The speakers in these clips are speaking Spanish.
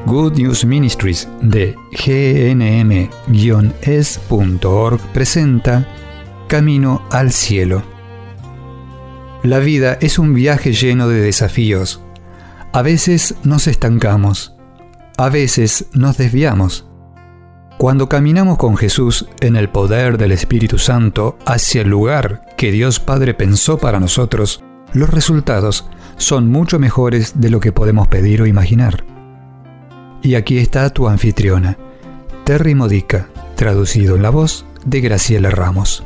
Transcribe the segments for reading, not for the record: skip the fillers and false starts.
Good News Ministries de gnm-es.org presenta Camino al Cielo. La vida es un viaje lleno de desafíos. A veces nos estancamos, a veces nos desviamos. Cuando caminamos con Jesús en el poder del Espíritu Santo hacia el lugar que Dios Padre pensó para nosotros, los resultados son mucho mejores de lo que podemos pedir o imaginar. Y aquí está tu anfitriona, Terry Modica, traducido en la voz de Graciela Ramos.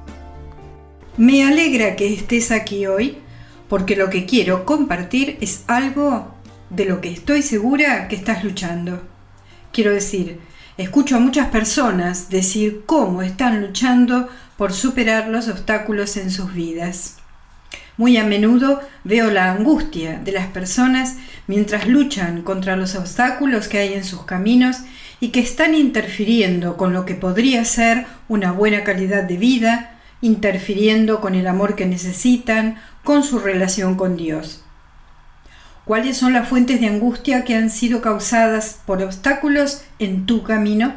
Me alegra que estés aquí hoy, porque lo que quiero compartir es algo de lo que estoy segura que estás luchando. Quiero decir, escucho a muchas personas decir cómo están luchando por superar los obstáculos en sus vidas. Muy a menudo veo la angustia de las personas mientras luchan contra los obstáculos que hay en sus caminos y que están interfiriendo con lo que podría ser una buena calidad de vida, interfiriendo con el amor que necesitan, con su relación con Dios. ¿Cuáles son las fuentes de angustia que han sido causadas por obstáculos en tu camino?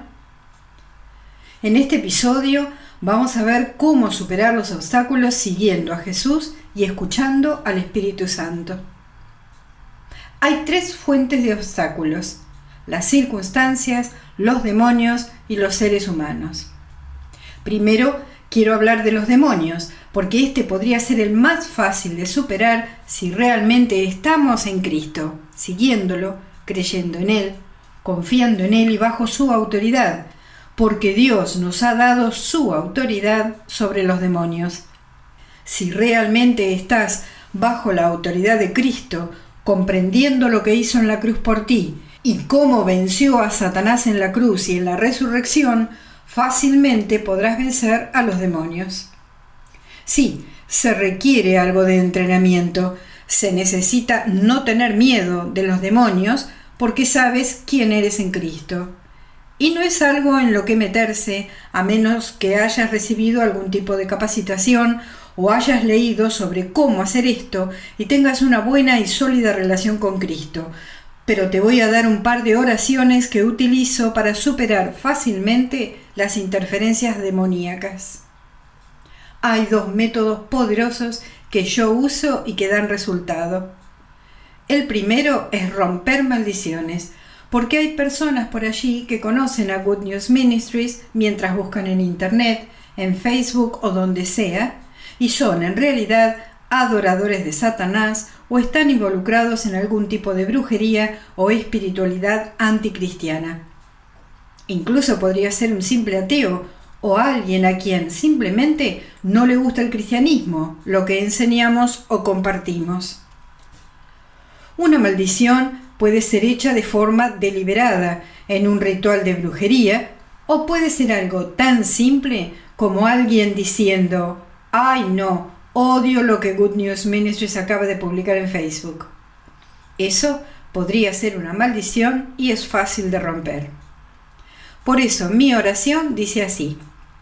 En este episodio vamos a ver cómo superar los obstáculos siguiendo a Jesús y escuchando al Espíritu Santo. Hay 3 fuentes de obstáculos: las circunstancias, los demonios y los seres humanos. Primero, quiero hablar de los demonios, porque este podría ser el más fácil de superar si realmente estamos en Cristo, siguiéndolo, creyendo en Él, confiando en Él y bajo su autoridad, porque Dios nos ha dado su autoridad sobre los demonios. Si realmente estás bajo la autoridad de Cristo, comprendiendo lo que hizo en la cruz por ti y cómo venció a Satanás en la cruz y en la resurrección, fácilmente podrás vencer a los demonios. Sí, se requiere algo de entrenamiento. Se necesita no tener miedo de los demonios porque sabes quién eres en Cristo. Y no es algo en lo que meterse a menos que hayas recibido algún tipo de capacitación o hayas leído sobre cómo hacer esto y tengas una buena y sólida relación con Cristo. Pero te voy a dar un par de oraciones que utilizo para superar fácilmente las interferencias demoníacas. Hay 2 métodos poderosos que yo uso y que dan resultado. El primero es romper maldiciones, porque hay personas por allí que conocen a Good News Ministries mientras buscan en Internet, en Facebook o donde sea, y son en realidad adoradores de Satanás o están involucrados en algún tipo de brujería o espiritualidad anticristiana. Incluso podría ser un simple ateo o alguien a quien simplemente no le gusta el cristianismo, lo que enseñamos o compartimos. Una maldición puede ser hecha de forma deliberada en un ritual de brujería o puede ser algo tan simple como alguien diciendo: «Ay no, odio lo que Good News Ministries acaba de publicar en Facebook». Eso podría ser una maldición y es fácil de romper. Por eso mi oración dice así: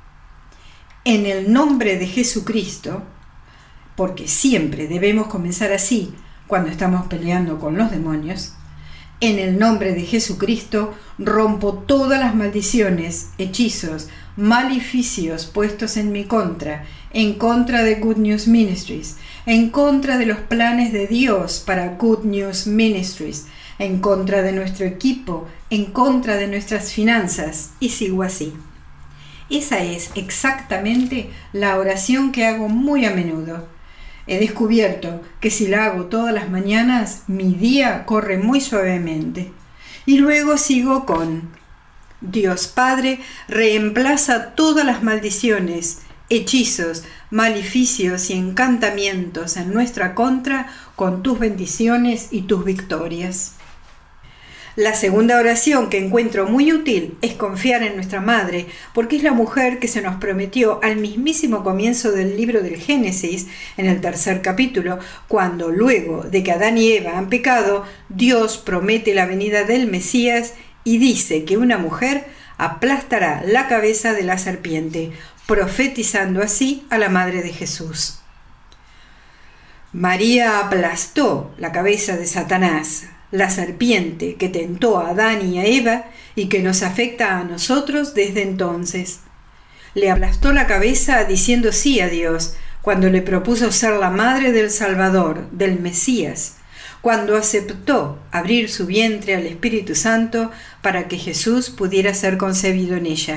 en el nombre de Jesucristo, porque siempre debemos comenzar así cuando estamos peleando con los demonios, en el nombre de Jesucristo rompo todas las maldiciones, hechizos, maleficios puestos en mi contra, en contra de Good News Ministries, en contra de los planes de Dios para Good News Ministries, en contra de nuestro equipo, en contra de nuestras finanzas, y sigo así. Esa es exactamente la oración que hago muy a menudo. He descubierto que si la hago todas las mañanas, mi día corre muy suavemente. Y luego sigo con: Dios Padre, reemplaza todas las maldiciones, hechizos, maleficios y encantamientos en nuestra contra con tus bendiciones y tus victorias. La segunda oración que encuentro muy útil es confiar en nuestra madre, porque es la mujer que se nos prometió al mismísimo comienzo del libro del Génesis, en el 3er capítulo, cuando luego de que Adán y Eva han pecado, Dios promete la venida del Mesías y dice que una mujer aplastará la cabeza de la serpiente, profetizando así a la madre de Jesús. María aplastó la cabeza de Satanás, la serpiente que tentó a Adán y a Eva y que nos afecta a nosotros desde entonces. Le aplastó la cabeza diciendo sí a Dios cuando le propuso ser la madre del Salvador, del Mesías, cuando aceptó abrir su vientre al Espíritu Santo para que Jesús pudiera ser concebido en ella.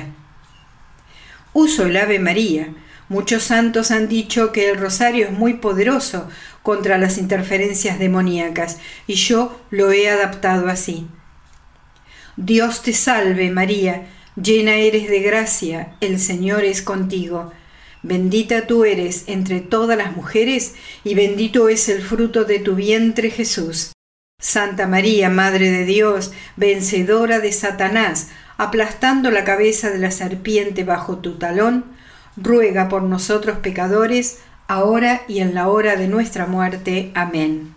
Uso el Ave María. Muchos santos han dicho que el rosario es muy poderoso contra las interferencias demoníacas, y yo lo he adaptado así. Dios te salve, María, llena eres de gracia, el Señor es contigo. Bendita tú eres entre todas las mujeres, y bendito es el fruto de tu vientre, Jesús. Santa María, Madre de Dios, vencedora de Satanás, aplastando la cabeza de la serpiente bajo tu talón, ruega por nosotros pecadores, ahora y en la hora de nuestra muerte. Amén.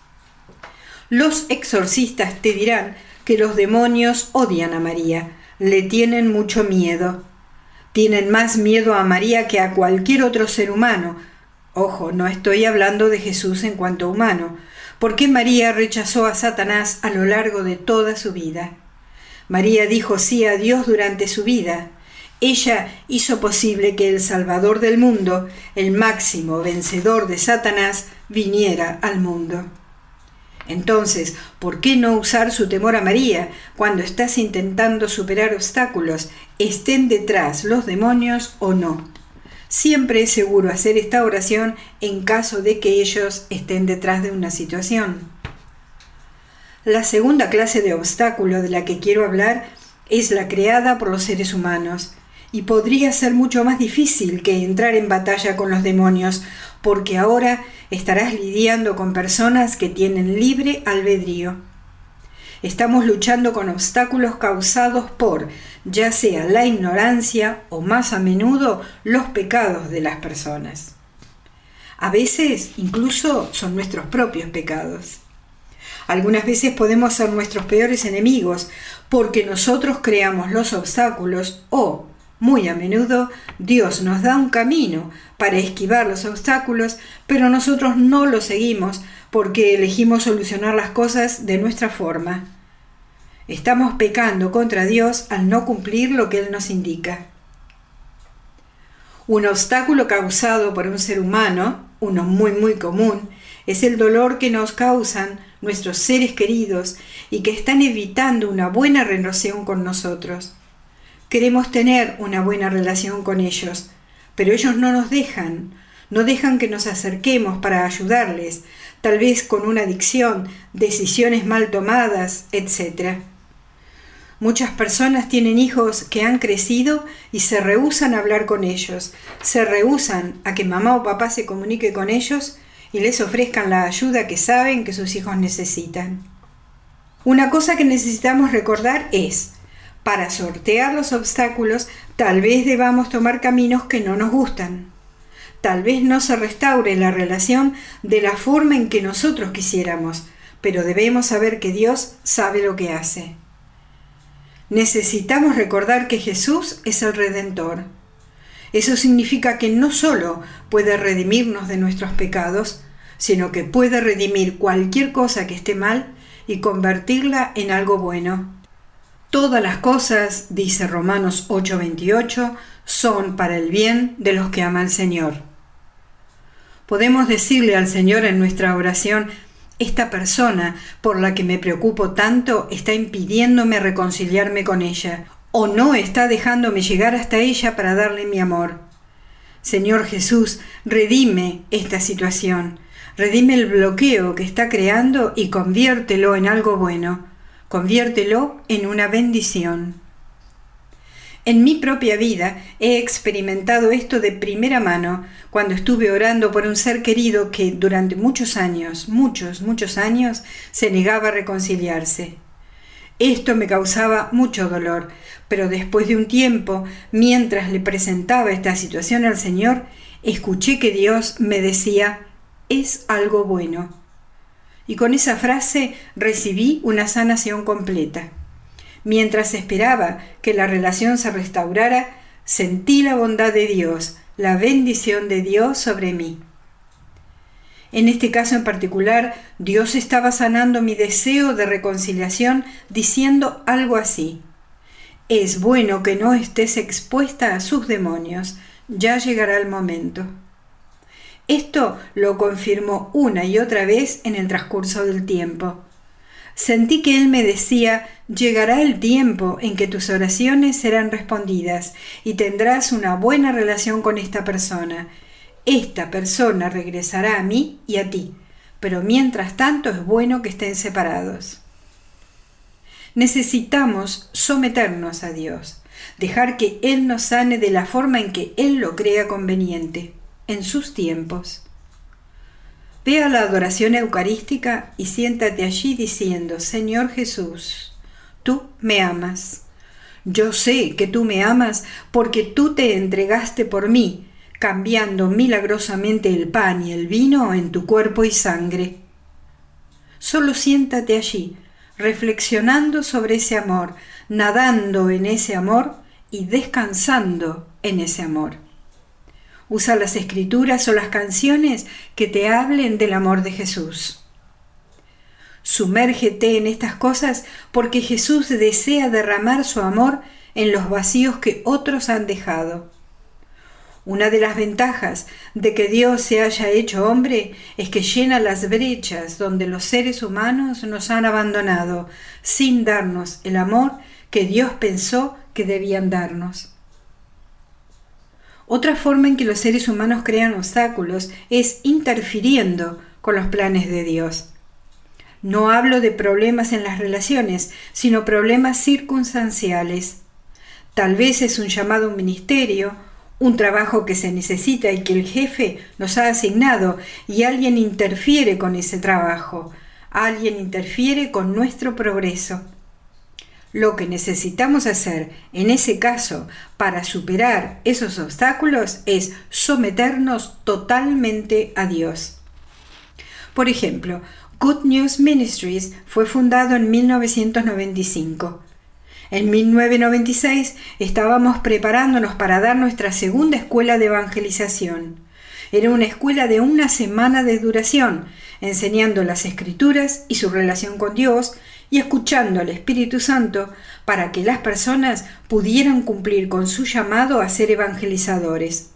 Los exorcistas te dirán que los demonios odian a María, le tienen mucho miedo. Tienen más miedo a María que a cualquier otro ser humano. Ojo, no estoy hablando de Jesús en cuanto humano, porque María rechazó a Satanás a lo largo de toda su vida. María dijo sí a Dios durante su vida. Ella hizo posible que el Salvador del mundo, el máximo vencedor de Satanás, viniera al mundo. Entonces, ¿por qué no usar su temor a María cuando estás intentando superar obstáculos, estén detrás los demonios o no? Siempre es seguro hacer esta oración en caso de que ellos estén detrás de una situación. La segunda clase de obstáculo de la que quiero hablar es la creada por los seres humanos, y podría ser mucho más difícil que entrar en batalla con los demonios, porque ahora estarás lidiando con personas que tienen libre albedrío. Estamos luchando con obstáculos causados por, ya sea la ignorancia o más a menudo los pecados de las personas. A veces incluso son nuestros propios pecados. Algunas veces podemos ser nuestros peores enemigos porque nosotros creamos los obstáculos o, muy a menudo, Dios nos da un camino para esquivar los obstáculos, pero nosotros no lo seguimos porque elegimos solucionar las cosas de nuestra forma. Estamos pecando contra Dios al no cumplir lo que Él nos indica. Un obstáculo causado por un ser humano, uno muy común, es el dolor que nos causan nuestros seres queridos y que están evitando una buena relación con nosotros. Queremos tener una buena relación con ellos, pero ellos no nos dejan, no dejan que nos acerquemos para ayudarles, tal vez con una adicción, decisiones mal tomadas, etc. Muchas personas tienen hijos que han crecido y se rehúsan a hablar con ellos, se rehúsan a que mamá o papá se comunique con ellos y les ofrezcan la ayuda que saben que sus hijos necesitan. Una cosa que necesitamos recordar es: para sortear los obstáculos, tal vez debamos tomar caminos que no nos gustan. Tal vez no se restaure la relación de la forma en que nosotros quisiéramos, pero debemos saber que Dios sabe lo que hace. Necesitamos recordar que Jesús es el Redentor. Eso significa que no solo puede redimirnos de nuestros pecados, sino que puede redimir cualquier cosa que esté mal y convertirla en algo bueno. Todas las cosas, dice Romanos 8:28, son para el bien de los que aman al Señor. Podemos decirle al Señor en nuestra oración: esta persona por la que me preocupo tanto está impidiéndome reconciliarme con ella, o no está dejándome llegar hasta ella para darle mi amor. Señor Jesús, redime esta situación, redime el bloqueo que está creando y conviértelo en algo bueno. Conviértelo en una bendición. En mi propia vida he experimentado esto de primera mano cuando estuve orando por un ser querido que durante muchos años, se negaba a reconciliarse. Esto me causaba mucho dolor, pero después de un tiempo, mientras le presentaba esta situación al Señor, escuché que Dios me decía: es algo bueno. Y con esa frase recibí una sanación completa. Mientras esperaba que la relación se restaurara, sentí la bondad de Dios, la bendición de Dios sobre mí. En este caso en particular, Dios estaba sanando mi deseo de reconciliación diciendo algo así: es bueno que no estés expuesta a sus demonios, ya llegará el momento. Esto lo confirmó una y otra vez en el transcurso del tiempo. Sentí que Él me decía: llegará el tiempo en que tus oraciones serán respondidas y tendrás una buena relación con esta persona. Esta persona regresará a mí y a ti, pero mientras tanto es bueno que estén separados. Necesitamos someternos a Dios, dejar que Él nos sane de la forma en que Él lo crea conveniente, en sus tiempos. Ve a la adoración eucarística y siéntate allí diciendo: Señor Jesús, tú me amas. Yo sé que tú me amas porque tú te entregaste por mí, cambiando milagrosamente el pan y el vino en tu cuerpo y sangre. Solo siéntate allí, reflexionando sobre ese amor, nadando en ese amor y descansando en ese amor. Usa las escrituras o las canciones que te hablen del amor de Jesús. Sumérgete en estas cosas porque Jesús desea derramar su amor en los vacíos que otros han dejado. Una de las ventajas de que Dios se haya hecho hombre es que llena las brechas donde los seres humanos nos han abandonado, sin darnos el amor que Dios pensó que debían darnos. Otra forma en que los seres humanos crean obstáculos es interfiriendo con los planes de Dios. No hablo de problemas en las relaciones, sino problemas circunstanciales. Tal vez es un llamado a un ministerio, un trabajo que se necesita y que el jefe nos ha asignado, y alguien interfiere con ese trabajo, alguien interfiere con nuestro progreso. Lo que necesitamos hacer en ese caso para superar esos obstáculos es someternos totalmente a Dios. Por ejemplo, Good News Ministries fue fundado en 1995. En 1996 estábamos preparándonos para dar nuestra segunda escuela de evangelización. Era una escuela de 1 semana de duración, enseñando las Escrituras y su relación con Dios y escuchando al Espíritu Santo para que las personas pudieran cumplir con su llamado a ser evangelizadores.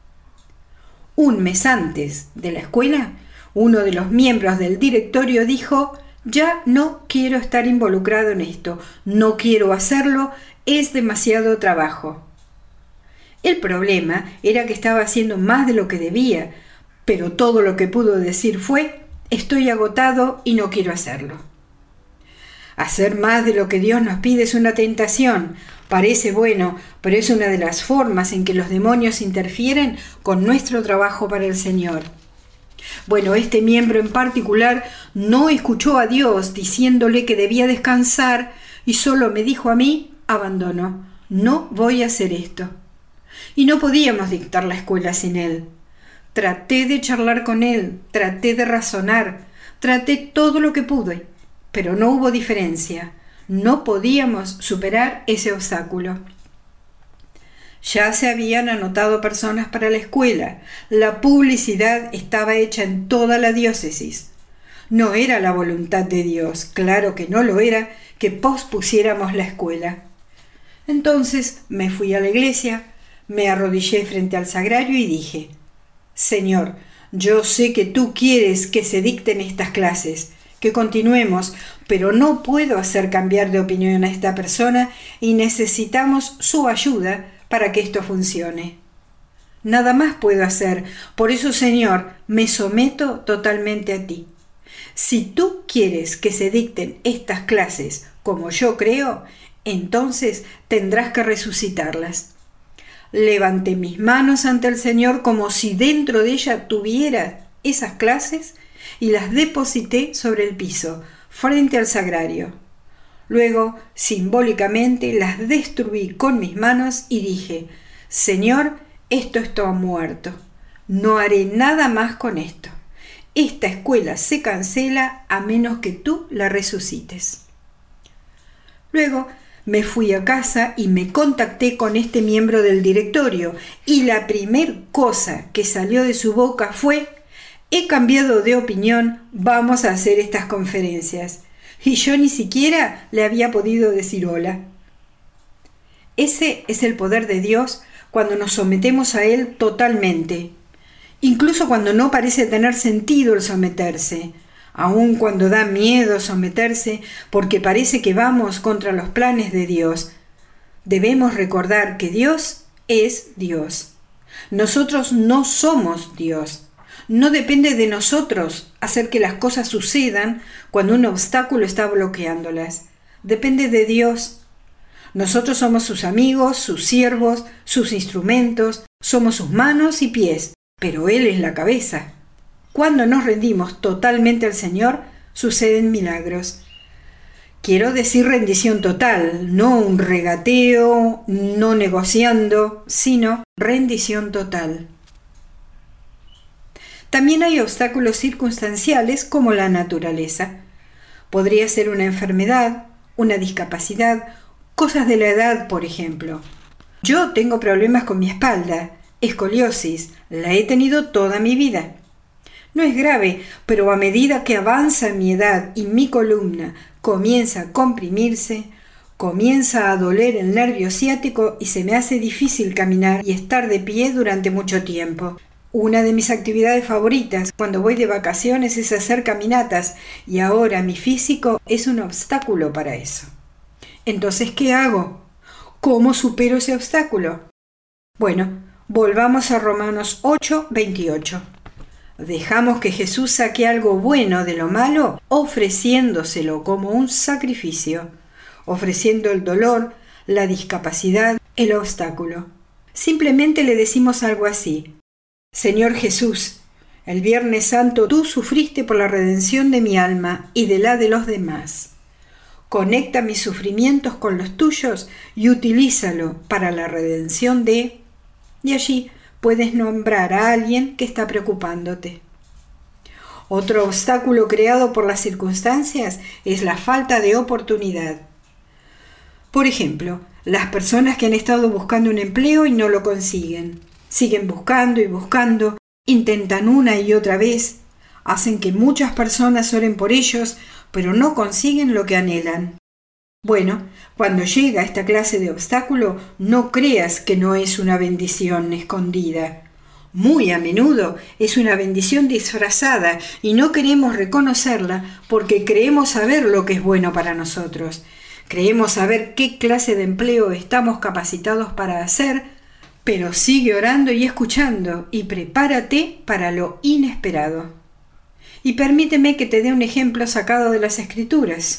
Un mes antes de la escuela, uno de los miembros del directorio dijo: ya no quiero estar involucrado en esto, no quiero hacerlo, es demasiado trabajo. El problema era que estaba haciendo más de lo que debía, pero todo lo que pudo decir fue: estoy agotado y no quiero hacerlo. Hacer más de lo que Dios nos pide es una tentación. Parece bueno, pero es una de las formas en que los demonios interfieren con nuestro trabajo para el Señor. Bueno, este miembro en particular no escuchó a Dios diciéndole que debía descansar y solo me dijo a mí: abandono, no voy a hacer esto. Y no podíamos dictar la escuela sin él. Traté de charlar con él, traté de razonar, traté todo lo que pude, pero no hubo diferencia. No podíamos superar ese obstáculo. Ya se habían anotado personas para la escuela. La publicidad estaba hecha en toda la diócesis. No era la voluntad de Dios, claro que no lo era, que pospusiéramos la escuela. Entonces me fui a la iglesia, me arrodillé frente al sagrario y dije: Señor, yo sé que tú quieres que se dicten estas clases, que continuemos, pero no puedo hacer cambiar de opinión a esta persona y necesitamos su ayuda para que esto funcione. Nada más puedo hacer, por eso, Señor, me someto totalmente a ti. Si tú quieres que se dicten estas clases como yo creo, entonces tendrás que resucitarlas. Levanté mis manos ante el Señor como si dentro de ella tuviera esas clases y las deposité sobre el piso, frente al sagrario. Luego, simbólicamente, las destruí con mis manos y dije: Señor, esto está muerto. No haré nada más con esto. Esta escuela se cancela a menos que tú la resucites. Luego me fui a casa y me contacté con este miembro del directorio y la primer cosa que salió de su boca fue: he cambiado de opinión, vamos a hacer estas conferencias. Y yo ni siquiera le había podido decir hola. Ese es el poder de Dios cuando nos sometemos a Él totalmente, incluso cuando no parece tener sentido el someterse, aun cuando da miedo someterse porque parece que vamos contra los planes de Dios. Debemos recordar que Dios es Dios. Nosotros no somos Dios. No depende de nosotros hacer que las cosas sucedan cuando un obstáculo está bloqueándolas. Depende de Dios. Nosotros somos sus amigos, sus siervos, sus instrumentos, somos sus manos y pies, pero Él es la cabeza. Cuando nos rendimos totalmente al Señor, suceden milagros. Quiero decir rendición total, no un regateo, no negociando, sino rendición total. También hay obstáculos circunstanciales como la naturaleza. Podría ser una enfermedad, una discapacidad, cosas de la edad, por ejemplo. Yo tengo problemas con mi espalda, escoliosis, la he tenido toda mi vida. No es grave, pero a medida que avanza mi edad y mi columna comienza a comprimirse, comienza a doler el nervio ciático y se me hace difícil caminar y estar de pie durante mucho tiempo. Una de mis actividades favoritas cuando voy de vacaciones es hacer caminatas y ahora mi físico es un obstáculo para eso. Entonces, ¿qué hago? ¿Cómo supero ese obstáculo? Bueno, volvamos a Romanos 8:28. Dejamos que Jesús saque algo bueno de lo malo, ofreciéndoselo como un sacrificio, ofreciendo el dolor, la discapacidad, el obstáculo. Simplemente le decimos algo así: Señor Jesús, el Viernes Santo tú sufriste por la redención de mi alma y de la de los demás. Conecta mis sufrimientos con los tuyos y utilízalo para la redención de... Y allí puedes nombrar a alguien que está preocupándote. Otro obstáculo creado por las circunstancias es la falta de oportunidad. Por ejemplo, las personas que han estado buscando un empleo y no lo consiguen. Siguen buscando y buscando, intentan una y otra vez, hacen que muchas personas oren por ellos, pero no consiguen lo que anhelan. Bueno, cuando llega esta clase de obstáculo, no creas que no es una bendición escondida. Muy a menudo es una bendición disfrazada y no queremos reconocerla porque creemos saber lo que es bueno para nosotros. Creemos saber qué clase de empleo estamos capacitados para hacer, pero sigue orando y escuchando y prepárate para lo inesperado. Y permíteme que te dé un ejemplo sacado de las Escrituras.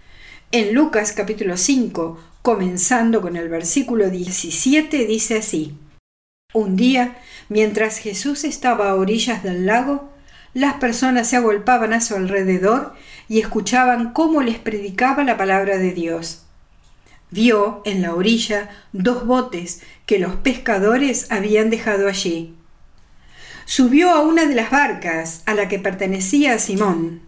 En Lucas capítulo 5, comenzando con el versículo 17, dice así: Un día, mientras Jesús estaba a orillas del lago, las personas se agolpaban a su alrededor y escuchaban cómo les predicaba la palabra de Dios. Vio en la orilla 2 botes que los pescadores habían dejado allí. Subió a una de las barcas, a la que pertenecía a Simón.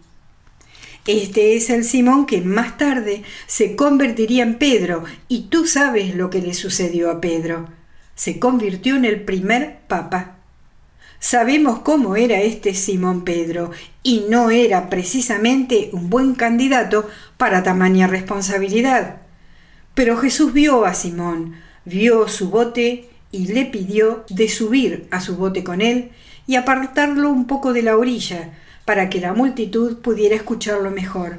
Este es el Simón que más tarde se convertiría en Pedro, y tú sabes lo que le sucedió a Pedro. Se convirtió en el primer papa. Sabemos cómo era este Simón Pedro, y no era precisamente un buen candidato para tamaña responsabilidad. Pero Jesús vio a Simón, vio su bote y le pidió de subir a su bote con él y apartarlo un poco de la orilla para que la multitud pudiera escucharlo mejor.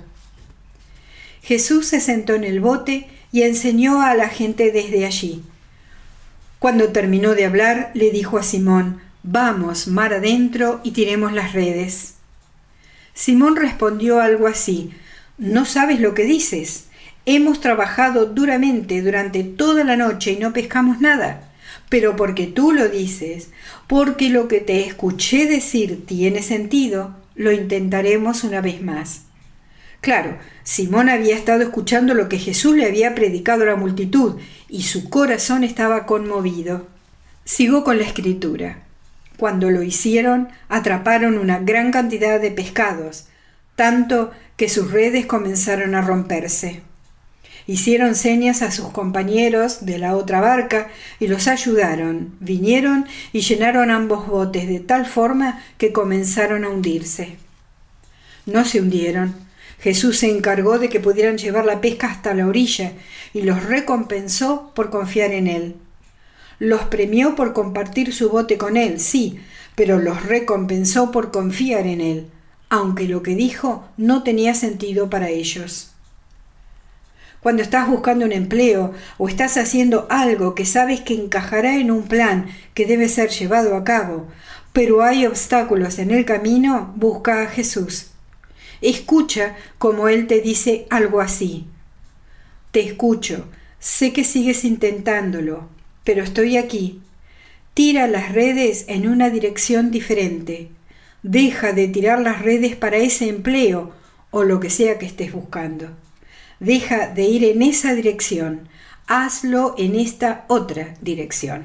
Jesús se sentó en el bote y enseñó a la gente desde allí. Cuando terminó de hablar, le dijo a Simón: «Vamos mar adentro y tiremos las redes». Simón respondió algo así: «No sabes lo que dices. Hemos trabajado duramente durante toda la noche y no pescamos nada. Pero porque tú lo dices, porque lo que te escuché decir tiene sentido, lo intentaremos una vez más». Claro, Simón había estado escuchando lo que Jesús le había predicado a la multitud y su corazón estaba conmovido. Sigo con la escritura. Cuando lo hicieron, atraparon una gran cantidad de pescados, tanto que sus redes comenzaron a romperse. Hicieron señas a sus compañeros de la otra barca y los ayudaron. Vinieron y llenaron ambos botes de tal forma que comenzaron a hundirse. No se hundieron. Jesús se encargó de que pudieran llevar la pesca hasta la orilla y los recompensó por confiar en Él. Los premió por compartir su bote con Él, sí, pero los recompensó por confiar en Él, aunque lo que dijo no tenía sentido para ellos. Cuando estás buscando un empleo o estás haciendo algo que sabes que encajará en un plan que debe ser llevado a cabo, pero hay obstáculos en el camino, busca a Jesús. Escucha como Él te dice algo así: te escucho, sé que sigues intentándolo, pero estoy aquí. Tira las redes en una dirección diferente. Deja de tirar las redes para ese empleo o lo que sea que estés buscando. Deja de ir en esa dirección. Hazlo en esta otra dirección.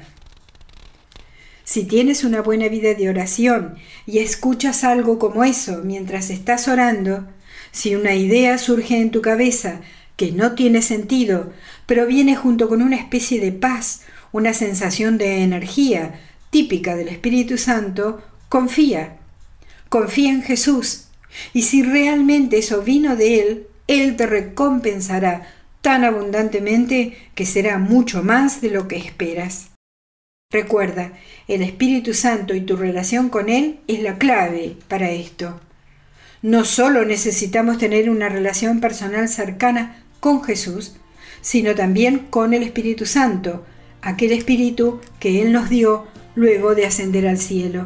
Si tienes una buena vida de oración y escuchas algo como eso mientras estás orando, si una idea surge en tu cabeza que no tiene sentido, pero viene junto con una especie de paz, una sensación de energía típica del Espíritu Santo, confía en Jesús. Y si realmente eso vino de Él, Él te recompensará tan abundantemente que será mucho más de lo que esperas. Recuerda, el Espíritu Santo y tu relación con Él es la clave para esto. No solo necesitamos tener una relación personal cercana con Jesús, sino también con el Espíritu Santo, aquel Espíritu que Él nos dio luego de ascender al cielo.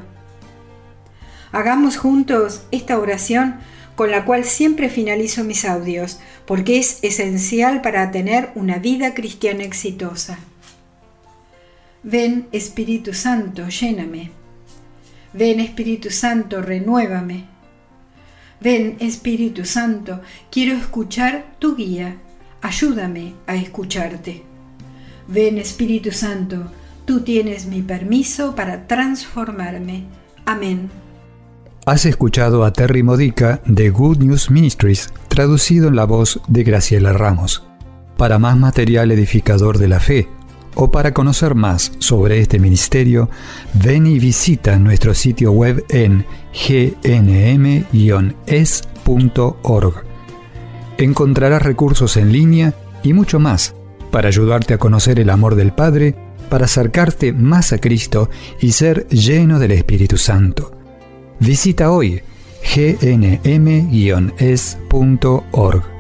Hagamos juntos esta oración con la cual siempre finalizo mis audios, porque es esencial para tener una vida cristiana exitosa. Ven, Espíritu Santo, lléname. Ven, Espíritu Santo, renuévame. Ven, Espíritu Santo, quiero escuchar tu guía. Ayúdame a escucharte. Ven, Espíritu Santo, tú tienes mi permiso para transformarme. Amén. Has escuchado a Terry Modica de Good News Ministries, traducido en la voz de Graciela Ramos. Para más material edificador de la fe, o para conocer más sobre este ministerio, ven y visita nuestro sitio web en gnm-es.org. Encontrarás recursos en línea y mucho más para ayudarte a conocer el amor del Padre, para acercarte más a Cristo y ser lleno del Espíritu Santo. Visita hoy gnm-es.org.